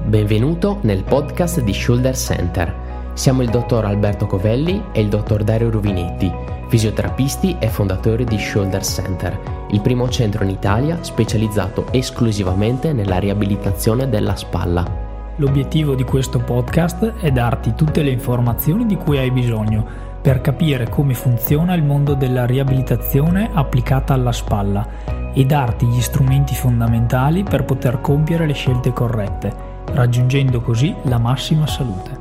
Benvenuto nel podcast di Shoulder Center. Siamo il dottor Alberto Covelli e il dottor Dario Ruvinetti, fisioterapisti e fondatori di Shoulder Center, il primo centro in Italia specializzato esclusivamente nella riabilitazione della spalla. L'obiettivo di questo podcast è darti tutte le informazioni di cui hai bisogno per capire come funziona il mondo della riabilitazione applicata alla spalla e darti gli strumenti fondamentali per poter compiere le scelte corrette, raggiungendo così la massima salute.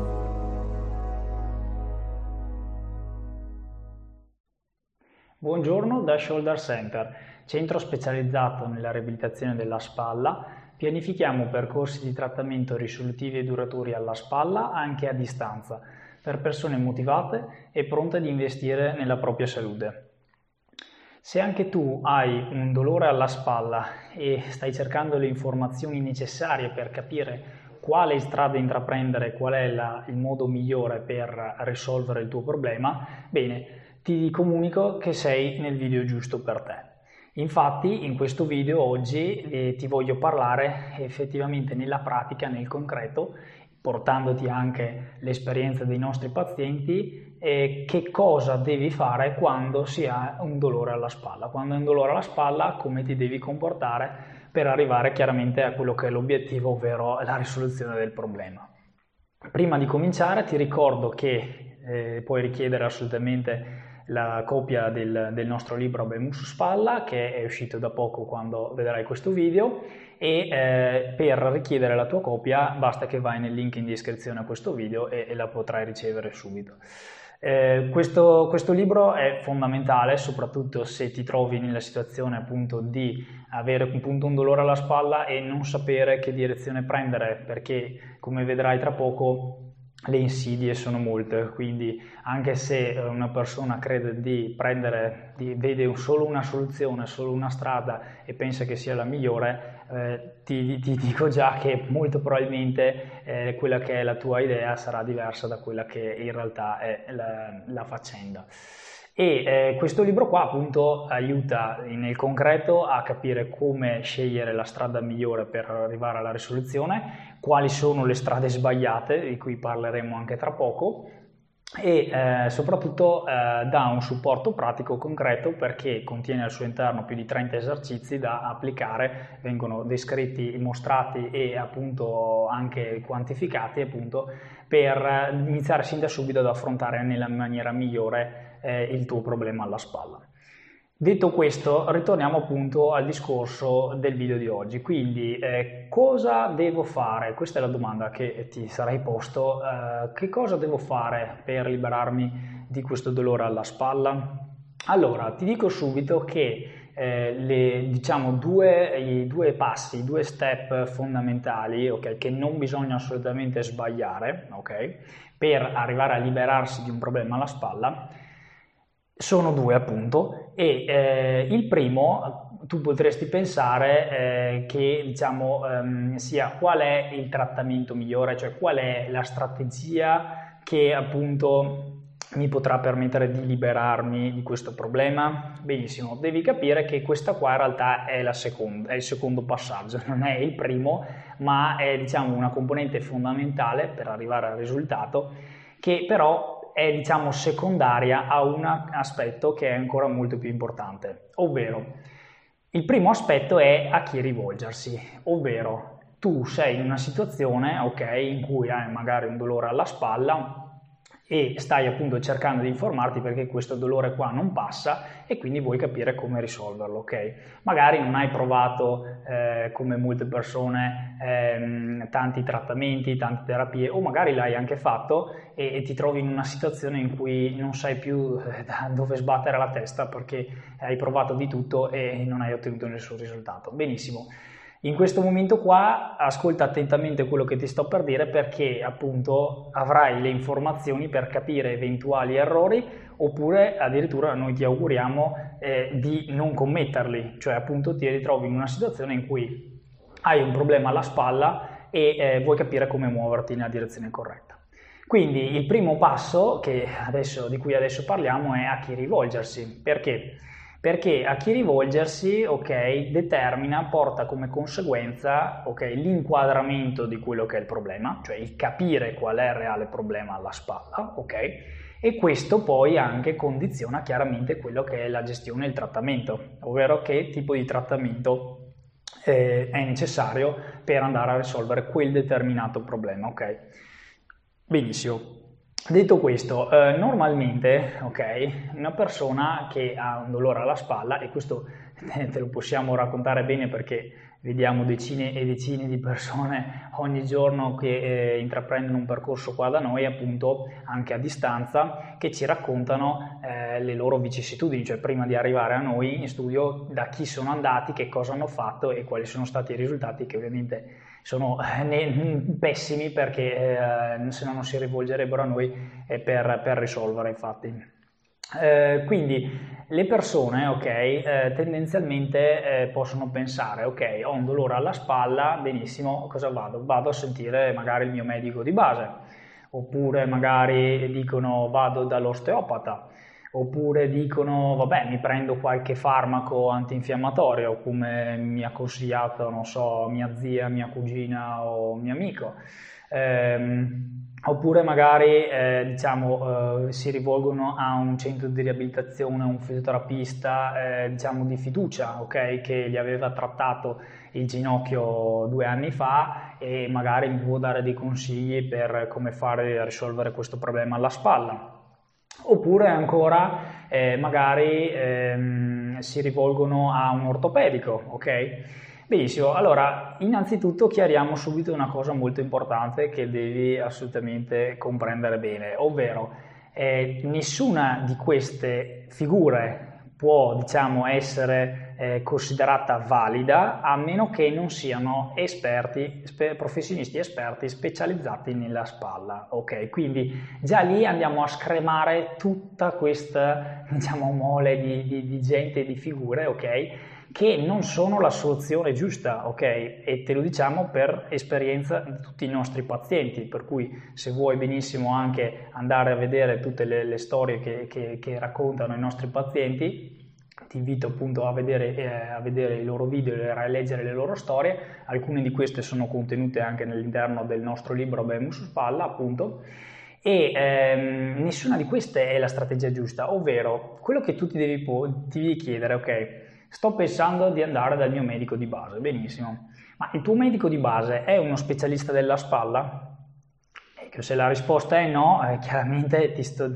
Buongiorno da Shoulder Center, centro specializzato nella riabilitazione della spalla. Pianifichiamo percorsi di trattamento risolutivi e duraturi alla spalla anche a distanza, per persone motivate e pronte ad investire nella propria salute. Se anche tu hai un dolore alla spalla e stai cercando le informazioni necessarie per capire quale strada intraprendere, qual è il modo migliore per risolvere il tuo problema, bene, ti comunico che sei nel video giusto per te. Infatti in questo video oggi ti voglio parlare effettivamente nella pratica, nel concreto, portandoti anche l'esperienza dei nostri pazienti, che cosa devi fare quando si ha un dolore alla spalla. Quando hai un dolore alla spalla, come ti devi comportare per arrivare chiaramente a quello che è l'obiettivo, ovvero la risoluzione del problema. Prima di cominciare ti ricordo che puoi richiedere assolutamente la copia del nostro libro Abemus Spalla, che è uscito da poco quando vedrai questo video, e per richiedere la tua copia basta che vai nel link in descrizione a questo video e la potrai ricevere subito. Questo libro è fondamentale soprattutto se ti trovi nella situazione appunto di avere appunto un dolore alla spalla e non sapere che direzione prendere, perché come vedrai tra poco le insidie sono molte, quindi anche se una persona crede vede solo una soluzione, solo una strada e pensa che sia la migliore, ti dico già che molto probabilmente quella che è la tua idea sarà diversa da quella che in realtà è la faccenda. E questo libro qua appunto aiuta nel concreto a capire come scegliere la strada migliore per arrivare alla risoluzione, quali sono le strade sbagliate, di cui parleremo anche tra poco, e soprattutto dà un supporto pratico concreto perché contiene al suo interno più di 30 esercizi da applicare, vengono descritti, mostrati e appunto anche quantificati appunto per iniziare sin da subito ad affrontare nella maniera migliore il tuo problema alla spalla. Detto questo, ritorniamo appunto al discorso del video di oggi. Quindi cosa devo fare? Questa è la domanda che ti sarai posto. Che cosa devo fare per liberarmi di questo dolore alla spalla? Allora, ti dico subito che i due passi, i due step fondamentali, okay, che non bisogna assolutamente sbagliare, okay, per arrivare a liberarsi di un problema alla spalla, sono due appunto, e il primo tu potresti pensare che sia qual è il trattamento migliore, cioè qual è la strategia che appunto mi potrà permettere di liberarmi di questo problema. Benissimo, devi capire che questa qua in realtà è il secondo passaggio, non è il primo, ma è una componente fondamentale per arrivare al risultato, che però è secondaria a un aspetto che è ancora molto più importante, ovvero il primo aspetto è a chi rivolgersi, ovvero tu sei in una situazione, ok, in cui hai magari un dolore alla spalla e stai appunto cercando di informarti perché questo dolore qua non passa e quindi vuoi capire come risolverlo, ok? Magari non hai provato come molte persone tanti trattamenti, tante terapie, o magari l'hai anche fatto e ti trovi in una situazione in cui non sai più da dove sbattere la testa perché hai provato di tutto e non hai ottenuto nessun risultato. Benissimo. In questo momento qua ascolta attentamente quello che ti sto per dire, perché appunto avrai le informazioni per capire eventuali errori, oppure addirittura noi ti auguriamo di non commetterli, cioè appunto ti ritrovi in una situazione in cui hai un problema alla spalla e vuoi capire come muoverti nella direzione corretta. Quindi il primo passo di cui adesso parliamo è a chi rivolgersi. Perché? Perché a chi rivolgersi, porta come conseguenza, l'inquadramento di quello che è il problema, cioè il capire qual è il reale problema alla spalla, e questo poi anche condiziona chiaramente quello che è la gestione e il trattamento, ovvero che tipo di trattamento è necessario per andare a risolvere quel determinato problema, Benissimo. Detto questo, normalmente, una persona che ha un dolore alla spalla, e questo te lo possiamo raccontare bene perché vediamo decine e decine di persone ogni giorno che intraprendono un percorso qua da noi, appunto anche a distanza, che ci raccontano le loro vicissitudini, cioè prima di arrivare a noi in studio, da chi sono andati, che cosa hanno fatto e quali sono stati i risultati, che ovviamente sono pessimi, perché se no non si rivolgerebbero a noi per risolvere, infatti. Quindi le persone tendenzialmente possono pensare ho un dolore alla spalla, benissimo, cosa vado? Vado a sentire magari il mio medico di base, oppure magari dicono vado dall'osteopata, oppure dicono vabbè, mi prendo qualche farmaco antinfiammatorio come mi ha consigliato, non so, mia zia, mia cugina o mio amico. Oppure magari si rivolgono a un centro di riabilitazione, a un fisioterapista di fiducia, che gli aveva trattato il ginocchio 2 anni fa e magari mi può dare dei consigli per come fare a risolvere questo problema alla spalla. Oppure ancora si rivolgono a un ortopedico, Benissimo, allora innanzitutto chiariamo subito una cosa molto importante che devi assolutamente comprendere bene, ovvero nessuna di queste figure può essere considerata valida a meno che non siano professionisti esperti specializzati nella spalla, quindi già lì andiamo a scremare tutta questa mole di gente e di figure, che non sono la soluzione giusta, e te lo diciamo per esperienza di tutti i nostri pazienti, per cui se vuoi benissimo anche andare a vedere tutte le storie che raccontano i nostri pazienti, ti invito appunto a vedere i loro video e a leggere le loro storie. Alcune di queste sono contenute anche all'interno del nostro libro Abemus su spalla, appunto, e nessuna di queste è la strategia giusta, ovvero quello che tu ti devi chiedere, sto pensando di andare dal mio medico di base, benissimo, ma il tuo medico di base è uno specialista della spalla? Se la risposta è no, chiaramente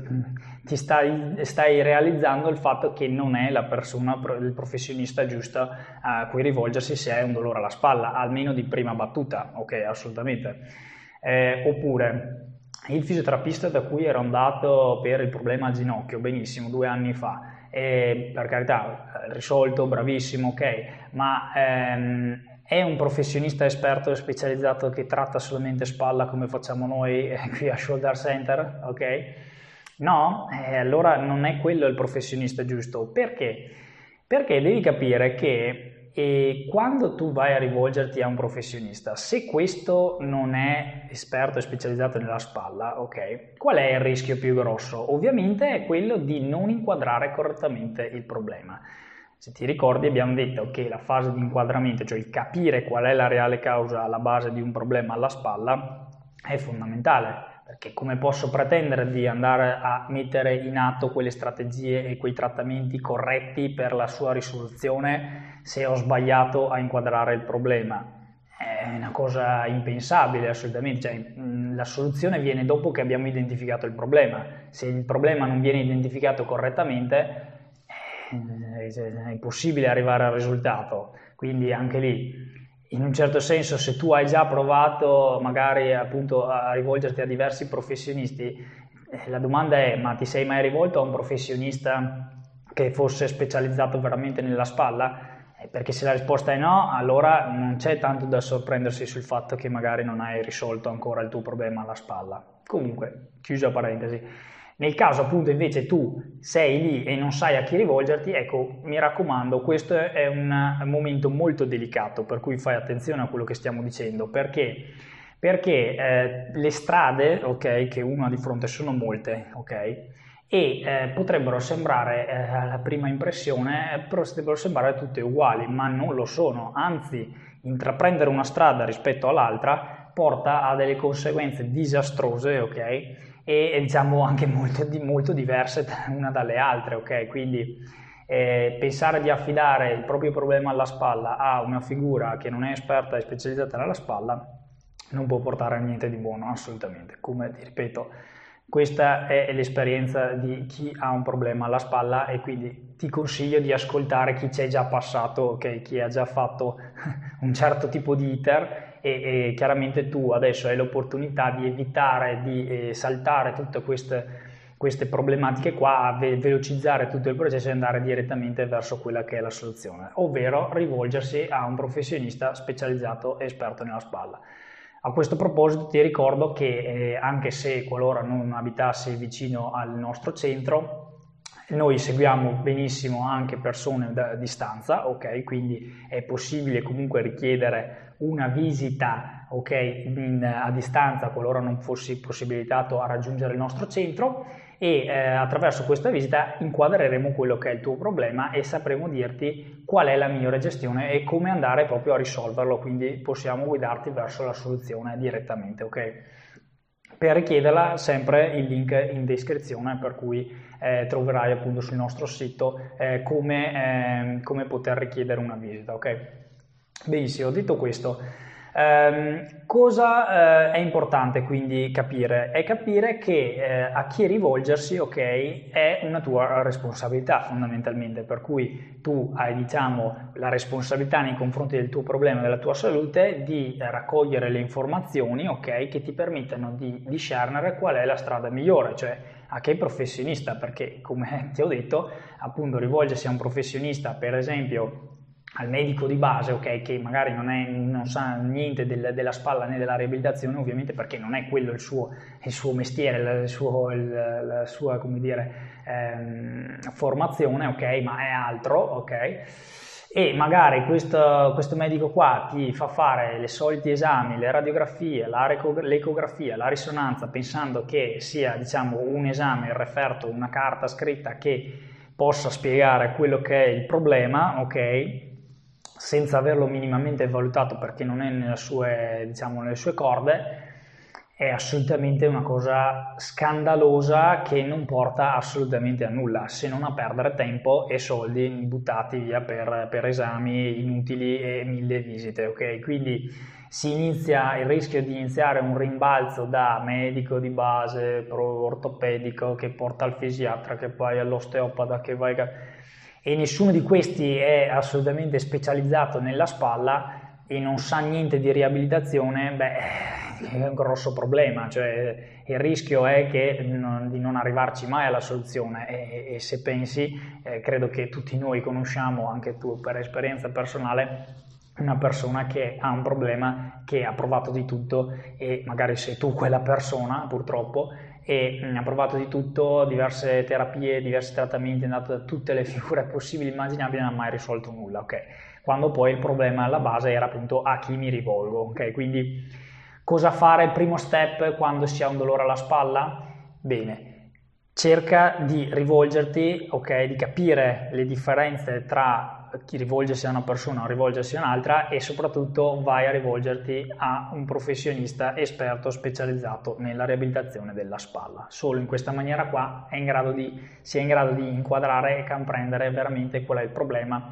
stai realizzando il fatto che non è la persona, il professionista giusto a cui rivolgersi se hai un dolore alla spalla, almeno di prima battuta, assolutamente. Oppure il fisioterapista da cui ero andato per il problema al ginocchio, benissimo, 2 anni fa, per carità, risolto, bravissimo, ma è un professionista esperto e specializzato che tratta solamente spalla come facciamo noi qui a Shoulder Center, No, allora non è quello il professionista giusto. Perché? Perché devi capire che quando tu vai a rivolgerti a un professionista, se questo non è esperto e specializzato nella spalla, qual è il rischio più grosso? Ovviamente è quello di non inquadrare correttamente il problema. Se ti ricordi abbiamo detto che la fase di inquadramento, cioè il capire qual è la reale causa alla base di un problema alla spalla, è fondamentale, perché come posso pretendere di andare a mettere in atto quelle strategie e quei trattamenti corretti per la sua risoluzione se ho sbagliato a inquadrare il problema? È una cosa impensabile, assolutamente. La soluzione viene dopo che abbiamo identificato il problema. Se il problema non viene identificato correttamente, è impossibile arrivare al risultato. Quindi anche lì, in un certo senso, se tu hai già provato magari appunto a rivolgerti a diversi professionisti, la domanda è: ma ti sei mai rivolto a un professionista che fosse specializzato veramente nella spalla? Perché se la risposta è no, allora non c'è tanto da sorprendersi sul fatto che magari non hai risolto ancora il tuo problema alla spalla. Comunque, chiusa parentesi. Nel caso appunto invece tu sei lì e non sai a chi rivolgerti, ecco, mi raccomando, questo è un momento molto delicato, per cui fai attenzione a quello che stiamo dicendo. Perché? Perché le strade, che uno ha di fronte sono molte, e potrebbero sembrare alla prima impressione, potrebbero sembrare tutte uguali, ma non lo sono, anzi intraprendere una strada rispetto all'altra porta a delle conseguenze disastrose, ok? E diciamo anche molto diverse una dalle altre, ok? Quindi pensare di affidare il proprio problema alla spalla a una figura che non è esperta e specializzata nella spalla non può portare a niente di buono, assolutamente. Come ti ripeto, questa è l'esperienza di chi ha un problema alla spalla, e quindi ti consiglio di ascoltare chi ci è già passato, ok? Chi ha già fatto un certo tipo di iter, e chiaramente tu adesso hai l'opportunità di evitare di saltare tutte queste problematiche qua, velocizzare tutto il processo e andare direttamente verso quella che è la soluzione, ovvero rivolgersi a un professionista specializzato e esperto nella spalla. A questo proposito ti ricordo che anche se qualora non abitassi vicino al nostro centro, noi seguiamo benissimo anche persone da distanza, ok? Quindi è possibile comunque richiedere una visita, ok, a distanza qualora non fossi possibilitato a raggiungere il nostro centro, e attraverso questa visita inquadreremo quello che è il tuo problema e sapremo dirti qual è la migliore gestione e come andare proprio a risolverlo, quindi possiamo guidarti verso la soluzione direttamente, ok? Per richiederla sempre il link in descrizione, per cui troverai appunto sul nostro sito come poter richiedere una visita, ok? Benissimo, detto questo, cosa è importante quindi capire? È capire che a chi rivolgersi, ok, è una tua responsabilità fondamentalmente, per cui tu hai, diciamo, la responsabilità nei confronti del tuo problema, della tua salute, di raccogliere le informazioni, ok, che ti permettano di discernere qual è la strada migliore, cioè a che professionista, perché come ti ho detto, appunto, rivolgersi a un professionista, per esempio al medico di base, ok, che magari non sa niente della spalla né della riabilitazione, ovviamente, perché non è quello il suo mestiere, la sua come dire, formazione, ok, ma è altro, ok? E magari questo medico qua ti fa fare i soliti esami, le radiografie, l'ecografia, la risonanza, pensando che sia, diciamo, un esame, il referto, una carta scritta che possa spiegare quello che è il problema, ok? Senza averlo minimamente valutato, perché non è nelle sue corde. È assolutamente una cosa scandalosa che non porta assolutamente a nulla, se non a perdere tempo e soldi buttati via per esami inutili e 1000 visite, ok? Quindi il rischio di iniziare un rimbalzo da medico di base, ortopedico, che porta al fisiatra, che poi all'osteopata, che vai... E nessuno di questi è assolutamente specializzato nella spalla e non sa niente di riabilitazione, è un grosso problema, cioè il rischio è di non arrivarci mai alla soluzione, e se pensi, credo che tutti noi conosciamo, anche tu per esperienza personale, una persona che ha un problema, che ha provato di tutto, e magari sei tu quella persona, purtroppo, e ha provato di tutto, diverse terapie, diversi trattamenti, è andato da tutte le figure possibili e immaginabili, non ha mai risolto nulla, ok? Quando poi il problema alla base era appunto a chi mi rivolgo, ok? Quindi cosa fare? Il primo step quando si ha un dolore alla spalla? Bene, cerca di rivolgerti, ok? Di capire le differenze tra chi rivolgersi a una persona o rivolgersi a un'altra, e soprattutto vai a rivolgerti a un professionista esperto specializzato nella riabilitazione della spalla. Solo in questa maniera qua si è in grado di inquadrare e comprendere veramente qual è il problema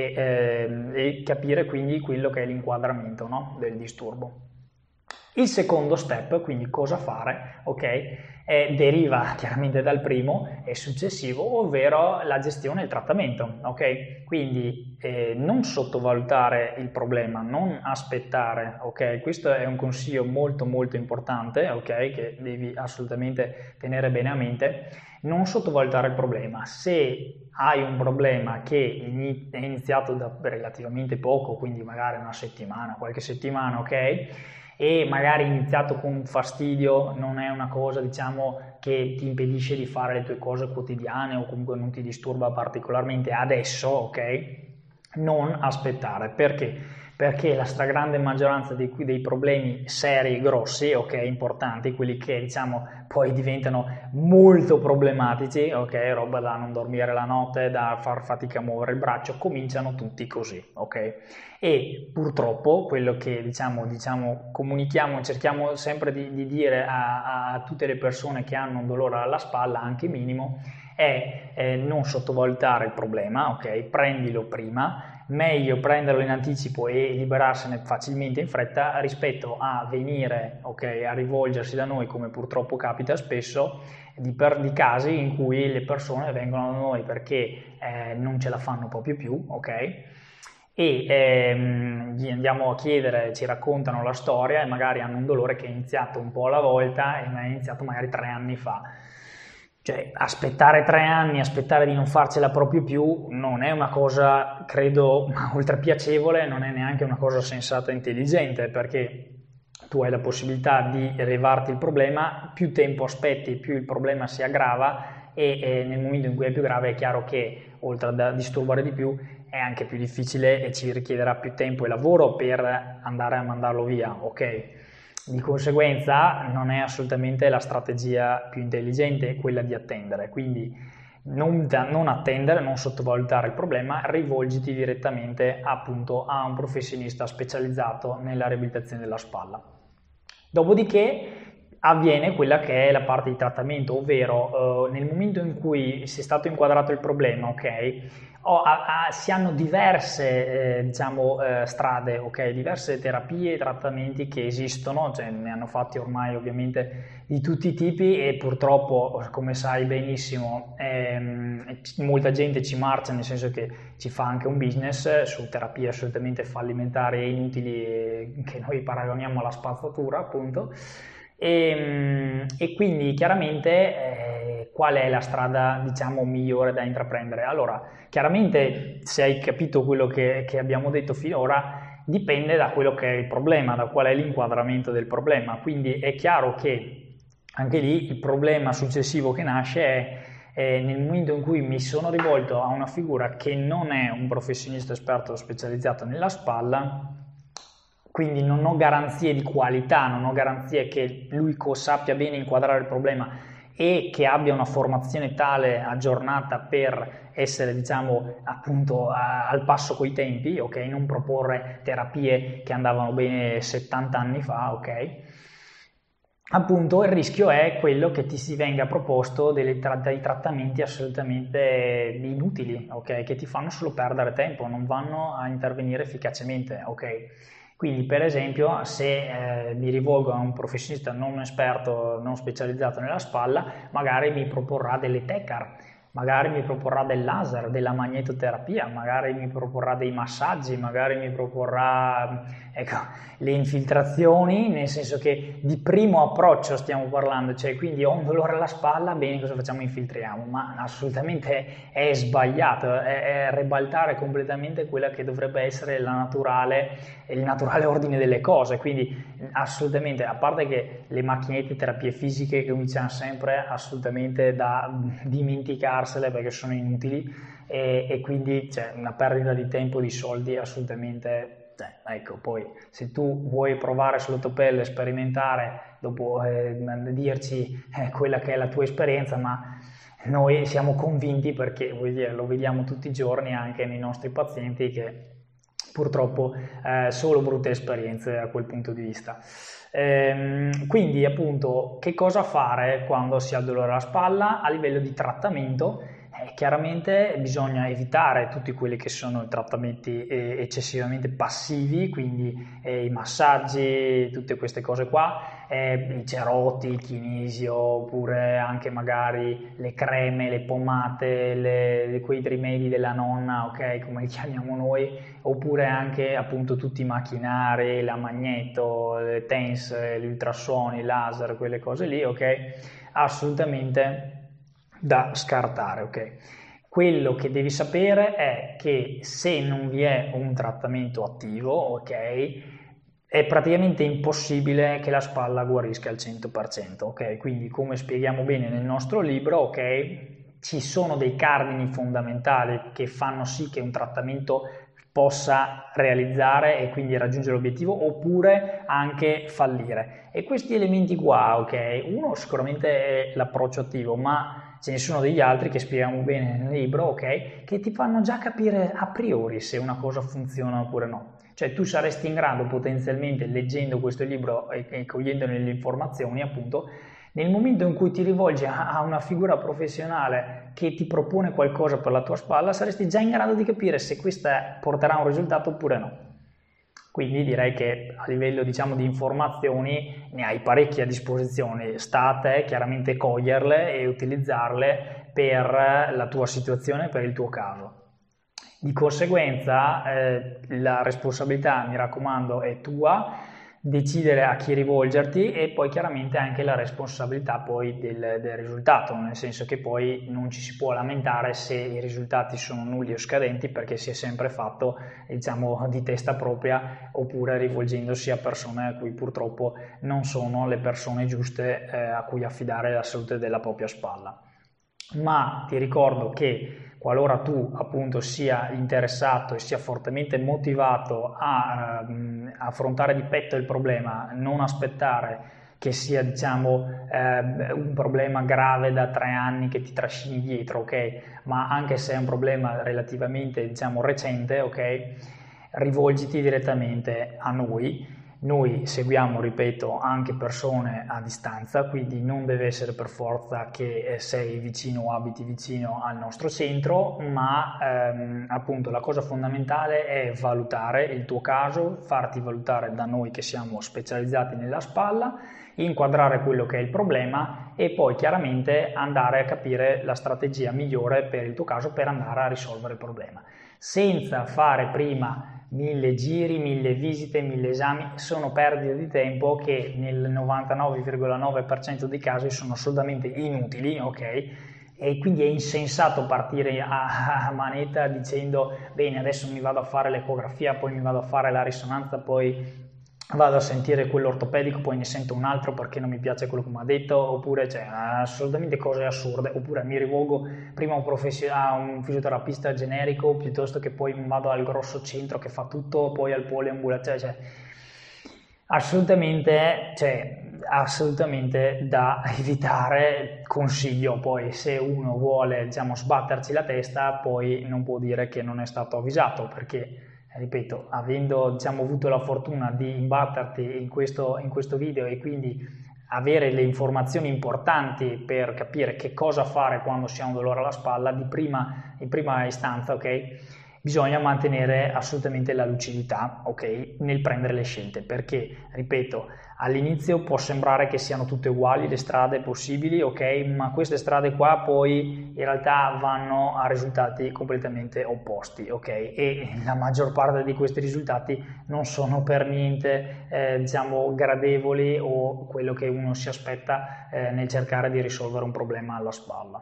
e capire quindi quello che è l'inquadramento, no, del disturbo. Il secondo step, quindi cosa fare, ok, deriva chiaramente dal primo e successivo, ovvero la gestione e il trattamento, ok? Quindi non sottovalutare il problema, non aspettare, ok? Questo è un consiglio molto molto importante, ok? Che devi assolutamente tenere bene a mente. Non sottovalutare il problema. Se hai un problema che è iniziato da relativamente poco, quindi magari una settimana, qualche settimana, ok? E magari iniziato con un fastidio, non è una cosa, diciamo, che ti impedisce di fare le tue cose quotidiane o comunque non ti disturba particolarmente adesso, ok? Non aspettare. Perché? perché la stragrande maggioranza dei problemi seri e grossi, ok, importanti, quelli che diciamo poi diventano molto problematici, ok, roba da non dormire la notte, da far fatica a muovere il braccio, cominciano tutti così, ok? E purtroppo quello che diciamo comunichiamo, cerchiamo sempre di dire a tutte le persone che hanno un dolore alla spalla, anche minimo, è non sottovalutare il problema, ok? Prendilo prima. Meglio prenderlo in anticipo e liberarsene facilmente in fretta rispetto a venire, ok, a rivolgersi da noi, come purtroppo capita spesso, di casi in cui le persone vengono da noi perché non ce la fanno proprio più, ok? E gli andiamo a chiedere, ci raccontano la storia e magari hanno un dolore che è iniziato un po' alla volta e è iniziato magari 3 anni fa. Cioè, aspettare 3 anni, aspettare di non farcela proprio più, non è una cosa, credo, oltre piacevole, non è neanche una cosa sensata e intelligente, perché tu hai la possibilità di levarti il problema, più tempo aspetti, più il problema si aggrava e nel momento in cui è più grave è chiaro che, oltre a disturbare di più, è anche più difficile e ci richiederà più tempo e lavoro per andare a mandarlo via, ok? Di conseguenza non è assolutamente la strategia più intelligente quella di attendere, quindi non attendere, non sottovalutare il problema, rivolgiti direttamente appunto a un professionista specializzato nella riabilitazione della spalla. Dopodiché avviene quella che è la parte di trattamento, ovvero nel momento in cui si è stato inquadrato il problema, ok? Si hanno diverse strade, ok? Diverse terapie e trattamenti che esistono, cioè ne hanno fatti ormai ovviamente di tutti i tipi e purtroppo, come sai benissimo, molta gente ci marcia, nel senso che ci fa anche un business su terapie assolutamente fallimentari e inutili che noi paragoniamo alla spazzatura, appunto. E quindi chiaramente qual è la strada diciamo migliore da intraprendere? Allora, chiaramente se hai capito quello che abbiamo detto finora, dipende da quello che è il problema, da qual è l'inquadramento del problema, quindi è chiaro che anche lì il problema successivo che nasce è nel momento in cui mi sono rivolto a una figura che non è un professionista esperto specializzato nella spalla, quindi non ho garanzie di qualità, non ho garanzie che lui sappia bene inquadrare il problema e che abbia una formazione tale aggiornata per essere diciamo appunto al passo coi tempi, ok? Non proporre terapie che andavano bene 70 anni fa, ok? Appunto il rischio è quello che ti si venga proposto dei trattamenti assolutamente inutili, ok? Che ti fanno solo perdere tempo, non vanno a intervenire efficacemente, ok? Quindi per esempio se mi rivolgo a un professionista non esperto, non specializzato nella spalla, magari mi proporrà delle TECAR, magari mi proporrà del laser, della magnetoterapia, magari mi proporrà dei massaggi, magari mi proporrà le infiltrazioni, nel senso che di primo approccio stiamo parlando, cioè quindi ho un dolore alla spalla, bene, cosa facciamo? Infiltriamo, ma assolutamente è sbagliato, è ribaltare completamente quella che dovrebbe essere il naturale ordine delle cose, quindi assolutamente, a parte che le macchinette terapie fisiche che cominciano sempre assolutamente da dimenticarsele perché sono inutili e quindi c'è una perdita di tempo e di soldi assolutamente. Ecco, poi se tu vuoi provare sull'autopelle, sperimentare, dopo dirci quella che è la tua esperienza, ma noi siamo convinti perché lo vediamo tutti i giorni anche nei nostri pazienti che purtroppo solo brutte esperienze da quel punto di vista. Quindi appunto che cosa fare quando si ha dolore alla spalla a livello di trattamento? Chiaramente bisogna evitare tutti quelli che sono i trattamenti eccessivamente passivi, quindi i massaggi, tutte queste cose qua, i cerotti, il kinesio, oppure anche magari le creme, le pomate, quei rimedi della nonna, ok, come li chiamiamo noi, oppure anche appunto tutti i macchinari, la magneto, le TENS, gli ultrasuoni, i laser, quelle cose lì, ok, assolutamente da scartare, ok? Quello che devi sapere è che se non vi è un trattamento attivo, ok, è praticamente impossibile che la spalla guarisca al 100%, ok? Quindi come spieghiamo bene nel nostro libro, ok, ci sono dei cardini fondamentali che fanno sì che un trattamento possa realizzare e quindi raggiungere l'obiettivo, oppure anche fallire. E questi elementi qua, ok, uno sicuramente è l'approccio attivo, ma ce ne sono degli altri che spieghiamo bene nel libro, ok, che ti fanno già capire a priori se una cosa funziona oppure no. Cioè tu saresti in grado potenzialmente, leggendo questo libro e cogliendone le informazioni, appunto, nel momento in cui ti rivolgi a una figura professionale che ti propone qualcosa per la tua spalla, saresti già in grado di capire se questa porterà a un risultato oppure no. Quindi direi che a livello, diciamo, di informazioni ne hai parecchie a disposizione, sta a te chiaramente coglierle e utilizzarle per la tua situazione, per il tuo caso. Di conseguenza la responsabilità, mi raccomando, è tua, decidere a chi rivolgerti, e poi chiaramente anche la responsabilità poi del risultato, nel senso che poi non ci si può lamentare se i risultati sono nulli o scadenti, perché si è sempre fatto, diciamo, di testa propria, oppure rivolgendosi a persone a cui purtroppo non sono le persone giuste a cui affidare la salute della propria spalla. Ma ti ricordo che qualora tu appunto sia interessato e sia fortemente motivato a affrontare di petto il problema, non aspettare che sia, diciamo, un problema grave da 3 anni che ti trascini dietro, ok? Ma anche se è un problema relativamente, diciamo, recente, ok? Rivolgiti direttamente a noi. Noi seguiamo, ripeto, anche persone a distanza, quindi non deve essere per forza che sei vicino o abiti vicino al nostro centro, ma appunto la cosa fondamentale è valutare il tuo caso, farti valutare da noi che siamo specializzati nella spalla, inquadrare quello che è il problema e poi chiaramente andare a capire la strategia migliore per il tuo caso per andare a risolvere il problema. Senza fare prima 1000 giri, 1000 visite, 1000 esami, sono perdite di tempo che nel 99,9% dei casi sono assolutamente inutili, ok? E quindi è insensato partire a manetta dicendo bene, adesso mi vado a fare l'ecografia, poi mi vado a fare la risonanza, poi vado a sentire quello ortopedico, poi ne sento un altro perché non mi piace quello che mi ha detto, oppure cioè assolutamente cose assurde, oppure mi rivolgo prima a un fisioterapista generico piuttosto che poi vado al grosso centro che fa tutto, poi al poliambulatorio, cioè assolutamente da evitare. Consiglio, poi se uno vuole, diciamo, sbatterci la testa, poi non può dire che non è stato avvisato, perché ripeto, avendo, diciamo, avuto la fortuna di imbatterti in questo video e quindi avere le informazioni importanti per capire che cosa fare quando si ha un dolore alla spalla, in prima istanza, ok? Bisogna mantenere assolutamente la lucidità, ok, nel prendere le scelte, perché, ripeto, all'inizio può sembrare che siano tutte uguali le strade possibili, ok, ma queste strade qua poi in realtà vanno a risultati completamente opposti, ok, e la maggior parte di questi risultati non sono per niente, diciamo, gradevoli o quello che uno si aspetta nel cercare di risolvere un problema alla spalla.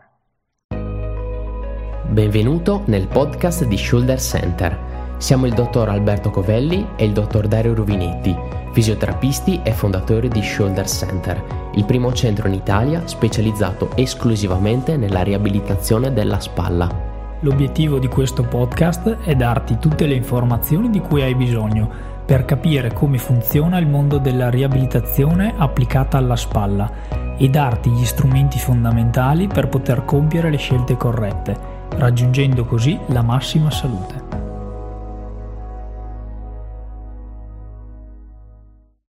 Benvenuto nel podcast di Shoulder Center. Siamo il dottor Alberto Covelli e il dottor Dario Ruvinetti, fisioterapisti e fondatori di Shoulder Center, il primo centro in Italia specializzato esclusivamente nella riabilitazione della spalla. L'obiettivo di questo podcast è darti tutte le informazioni di cui hai bisogno per capire come funziona il mondo della riabilitazione applicata alla spalla e darti gli strumenti fondamentali per poter compiere le scelte corrette, raggiungendo così la massima salute.